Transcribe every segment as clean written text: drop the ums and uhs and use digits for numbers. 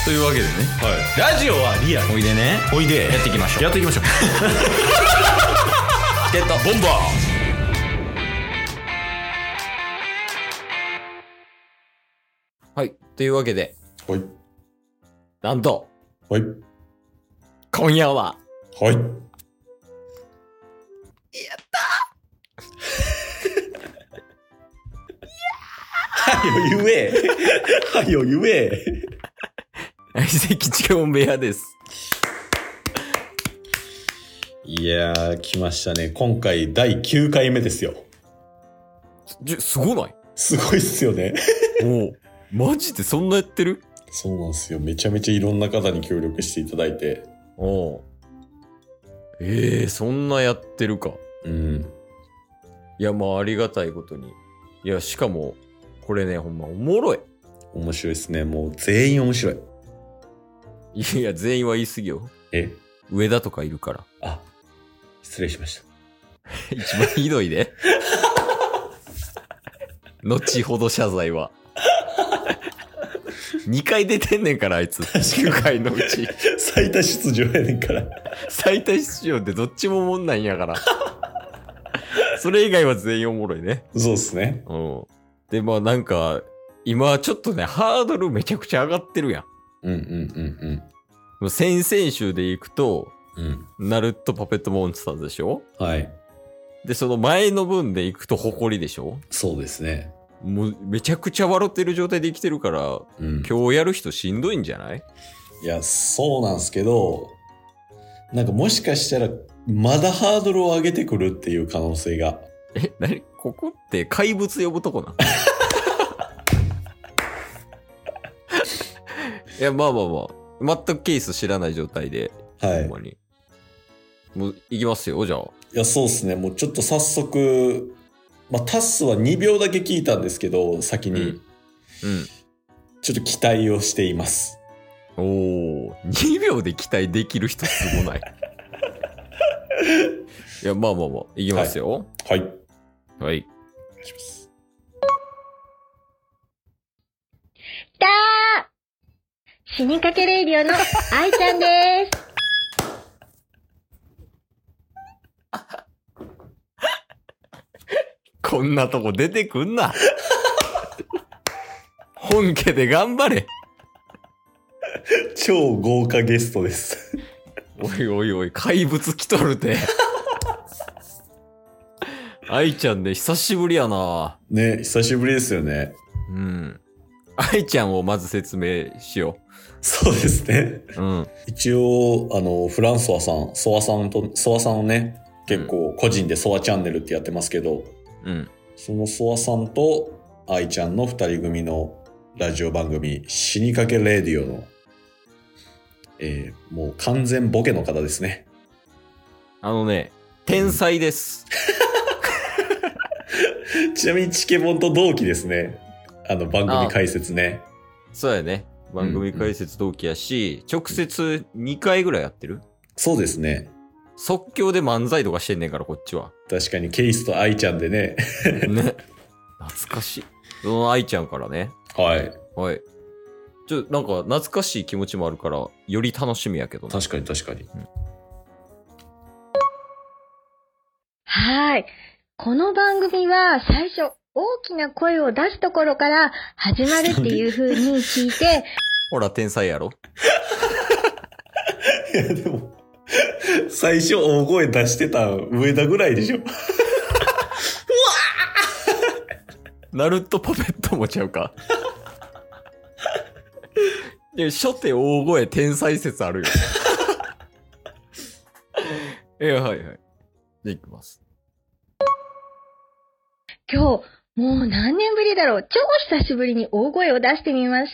というわけでね、 ラジオはリアル。 おいでね、 おいで。 やっていきましょう。 やっていきましょう。 チケットボンバー。はい、というわけで、 はい。 なんとはい。 今夜ははい。はよ言え。はよ言え。 相席チケボン部屋です。 いやー、来ましたね。今回第9回目ですよ。 すごない？ すごいっすよね。 おう、マジでそんなやってる？ そうなんですよ。めちゃめちゃいろんな方に協力していただいて。 おう。そんなやってるか。 うん。 いや、まあありがたいことに。いや、しかも、これね、ほんまおもろい。 面白いですね。もう全員面白い。 いや、全員は言い過ぎよ。 え？ 上田とかいるから。 あ、失礼しました。 一番ひどいで。後ほど謝罪は。2回出てんねんから、あいつ。9回のうち。 最多出場やねんから。 最多出場ってどっちもおもんないんやから。それ以外は全員おもろいね。 そうっすね。 うん。で、まあなんか、今ちょっとね、ハードルめちゃくちゃ上がってるやん。 うんうんもう先々週で行くと、 うんうん。 ナルトパペットモンスターズでしょ？ はい。 で、その前の分で行くと誇りでしょ？ そうですね。 もうめちゃくちゃ笑ってる状態で生きてるから、 うん。 今日やる人しんどいんじゃない？ いや、そうなんすけど、なんかもしかしたら、まだハードルを上げてくるっていう可能性が。 何ここって怪物呼ぶとこな。いや、まあまあまあ。全くケース知らない状態で。 はい。 ほんまに。もう行きますよ、じゃあ。 いや、そうっすね。もうちょっと早速、まあ、タスは2秒だけ聞いたんですけど、先に。 うん。 ちょっと期待をしています。 おー、2秒で期待できる人すごない。いや、まあまあまあ、行きますよ。 はい。 はい。 お願いします。 きたー！死にかけレイディオの愛ちゃんです。 こんなとこ出てくんな。本家で頑張れ。 超豪華ゲストです。 おいおいおい、怪物来とるて。愛ちゃんで久しぶりやな。 ね、久しぶりですよね。 うん。愛ちゃんをまず説明しよそうですね。 う。うん。 一応、フランソワさん、ソワさんをね、結構個人でソワチャンネルってやってますけど、 うん。 そのソワさんと愛ちゃんの二人組のラジオ番組、死にかけレディオの、もう完全ボケの方ですね。 あのね、天才です。 ちなみにチケボンと同期ですね。番組解説ね。 そうやね。番組解説同期やし、直接2回ぐらいやってる？ そうですね。 即興で漫才とかしてんねんから、こっちは。 確かにケイスと愛ちゃんでね。 ね。懐かしい。その愛ちゃんからね。 はい。 はい。なんか懐かしい気持ちもあるから、より楽しみやけどね。 確かに確かに。 はい。この番組は最初大きな声を出すところから始まるっていう風に聞いて、 ほら、天才やろ？ いや、でも、最初大声出してた上田ぐらいでしょ。 ナルトパペットもちゃうか。いや、初手大声天才説あるよ。はいはい。じゃあ行きます。 今日もう何年ぶりだろう。超久しぶりに大声を出してみました。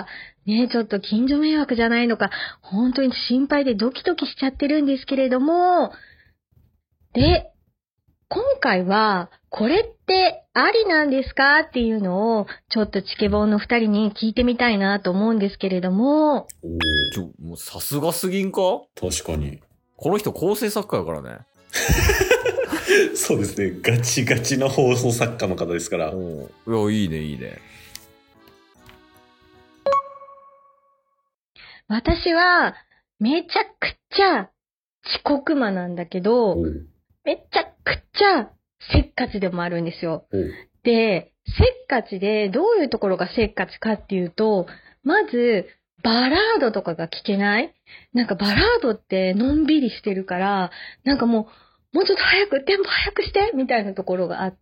ねえ、ちょっと近所迷惑じゃないのか、本当に心配でドキドキしちゃってるんですけれども、で、今回は、これってありなんですかっていうのを、ちょっとチケボンの二人に聞いてみたいなと思うんですけれども。 もうさすがすぎんか？ 確かに。 この人構成作家やからね。 そうですね。ガチガチの放送作家の方ですから。 いや、いいね、いいね。 私は、めちゃくちゃ遅刻魔なんだけど、めちゃくちゃせっかちでもあるんですよ。で、せっかちでどういうところがせっかちかっていうと、まず、バラードとかが聞けない？なんかバラードってのんびりしてるから、なんかもうちょっと早く、テンポ早くしてみたいなところがあって、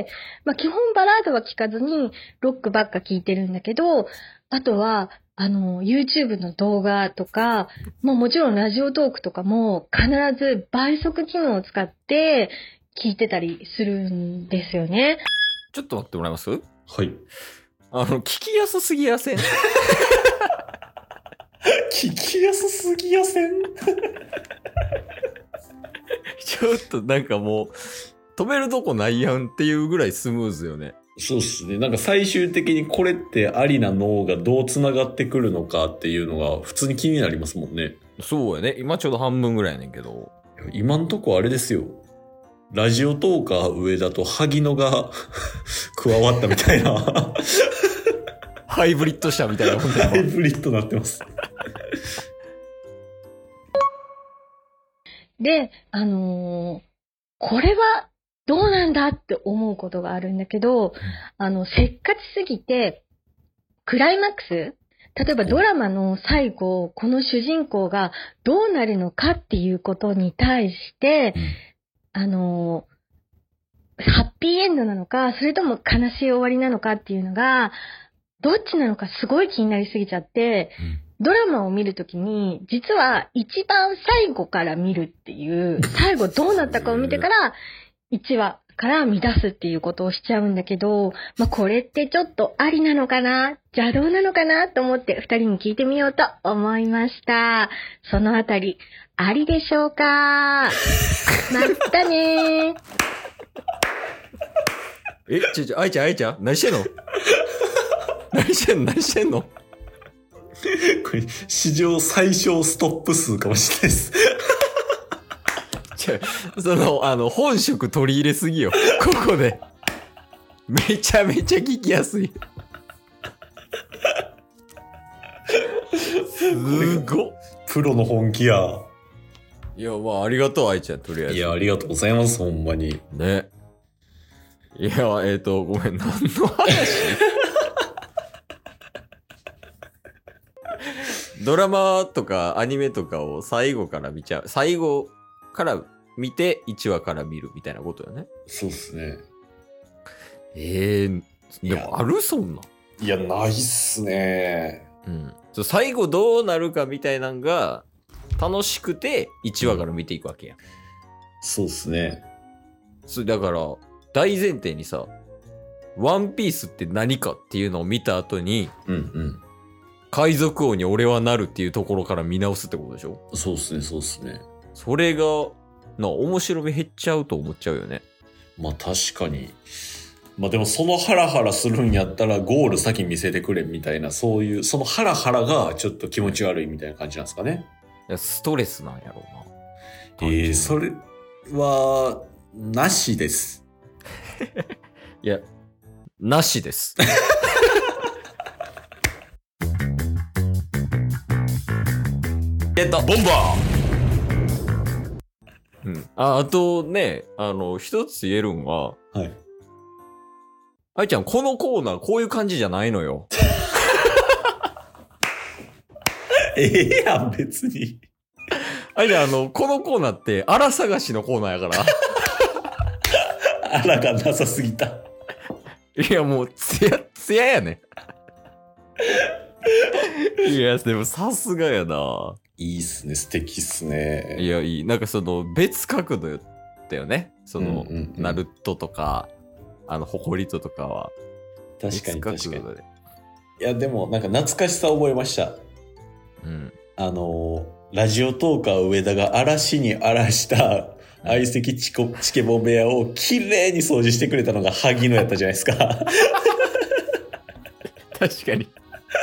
まあ基本バラードは聞かずにロックばっか聞いてるんだけど、あとは、YouTube の動画とか、もちろんラジオトークとかも必ず倍速機能を使って聞いてたりするんですよね。 ちょっと待ってもらえます？ はい。 聞きやすすぎやせん？ 聞きやすすぎやせん？ ちょっとなんかもう、止めるとこないやんっていうぐらいスムーズよね。 そうっすね。なんか最終的にこれってありな脳がどう繋がってくるのかっていうのが普通に気になりますもんね。 そうやね。今ちょうど半分ぐらいやねんけど。 今んとこあれですよ。ラジオトーカー上だと萩野が加わったみたいな。 ハイブリッド車みたいなもんだよ。 ハイブリッドになってます。 で、これはどうなんだって思うことがあるんだけど、せっかちすぎて、クライマックス、例えばドラマの最後、この主人公がどうなるのかっていうことに対して、ハッピーエンドなのか、それとも悲しい終わりなのかっていうのが、どっちなのかすごい気になりすぎちゃって、ドラマを見るときに、実は一番最後から見るっていう、最後どうなったかを見てから、1話から見出すっていうことをしちゃうんだけど、これってちょっとありなのかな？邪道なのかなと思って2人に聞いてみようと思いました。そのあたり、ありでしょうか？まったねー。愛ちゃん、何してんの？何してんの？これ、史上最小ストップ数かもしれないです。 本職取り入れすぎよ。ここで。めちゃめちゃ聞きやすい。すごっ。 プロの本気や。 いや、ありがとう、愛ちゃん、とりあえず。 いや、ありがとうございます、ほんまに。 ね。いや、ごめん、何の話？ドラマとかアニメとかを最後から見ちゃう。最後から見て1話から見るみたいなことよね。 そうっすね。 でもあるそんな。 いや、ないっすね。 最後どうなるかみたいなんが楽しくて1話から見ていくわけやん。 そうっすね。 だから大前提にさ、ワンピースって何かっていうのを見た後に、海賊王に俺はなるっていうところから見直すってことでしょ？ そうっすね。 それが面白み減っちゃうと思っちゃうよね。 確かに。でもそのハラハラするんやったらゴール先見せてくれみたいな、そういう、そのハラハラがちょっと気持ち悪いみたいな感じなんですかね。 いや、ストレスなんやろうな。 それは、なしです。 いや、なしです。ボンバー。あとね、一つ言えるんは、 はい。 愛ちゃん、このコーナーこういう感じじゃないのよ。 やん、別に。 愛ちゃん、このコーナーって、あら探しのコーナーやから。 あらがなさすぎた。 いや、もう、つややね。いや、でもさすがやな。 いいっすね、素敵っすね。 いや、いい。なんか別角度だよね。ナルトとか、ホコリトとかは。 確かに。いや、でも、なんか懐かしさ覚えました。ラジオトーカー上田が嵐に荒らした相席チケボ部屋をきれいに掃除してくれたのが萩野やったじゃないですか。 確かに。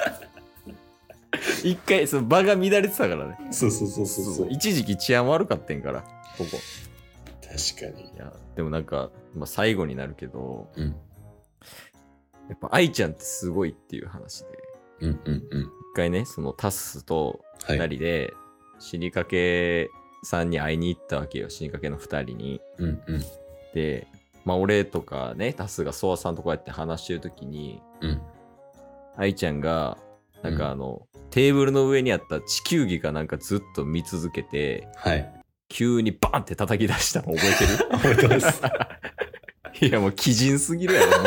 一回、場が乱れてたからね。 そう。 一時期治安悪かったんから、ここ。 確かに。 いや、でもなんか、最後になるけど、 やっぱ愛ちゃんってすごいっていう話で。 回ね、そのタスと二人で死にかけさんに会いに行ったわけよ。死にかけの二人に。 うんうん。 で、まあ俺とかね、タスがソワさんとこうやって話してるときに、 うん。 愛ちゃんが、なんかテーブルの上にあった地球儀がなんかずっと見続けて、 はい。 急にバンって叩き出したの覚えてる？ 覚えてます。 いやもう鬼人すぎるやろ、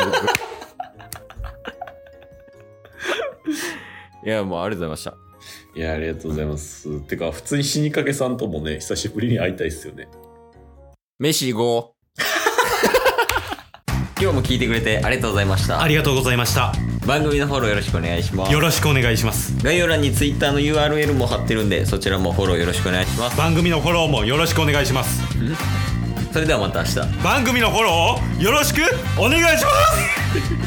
いやもうありがとうございました。 いや、ありがとうございます。てか、普通に死にかけさんともね、久しぶりに会いたいっすよね。 飯行こう。今日も聞いてくれてありがとうございました。 ありがとうございました。 番組のフォローよろしくお願いします。 よろしくお願いします。 概要欄に Twitter の URL も貼ってるんで、そちらもフォローよろしくお願いします。 番組のフォローもよろしくお願いします。 それではまた明日。 番組のフォローをよろしくお願いします。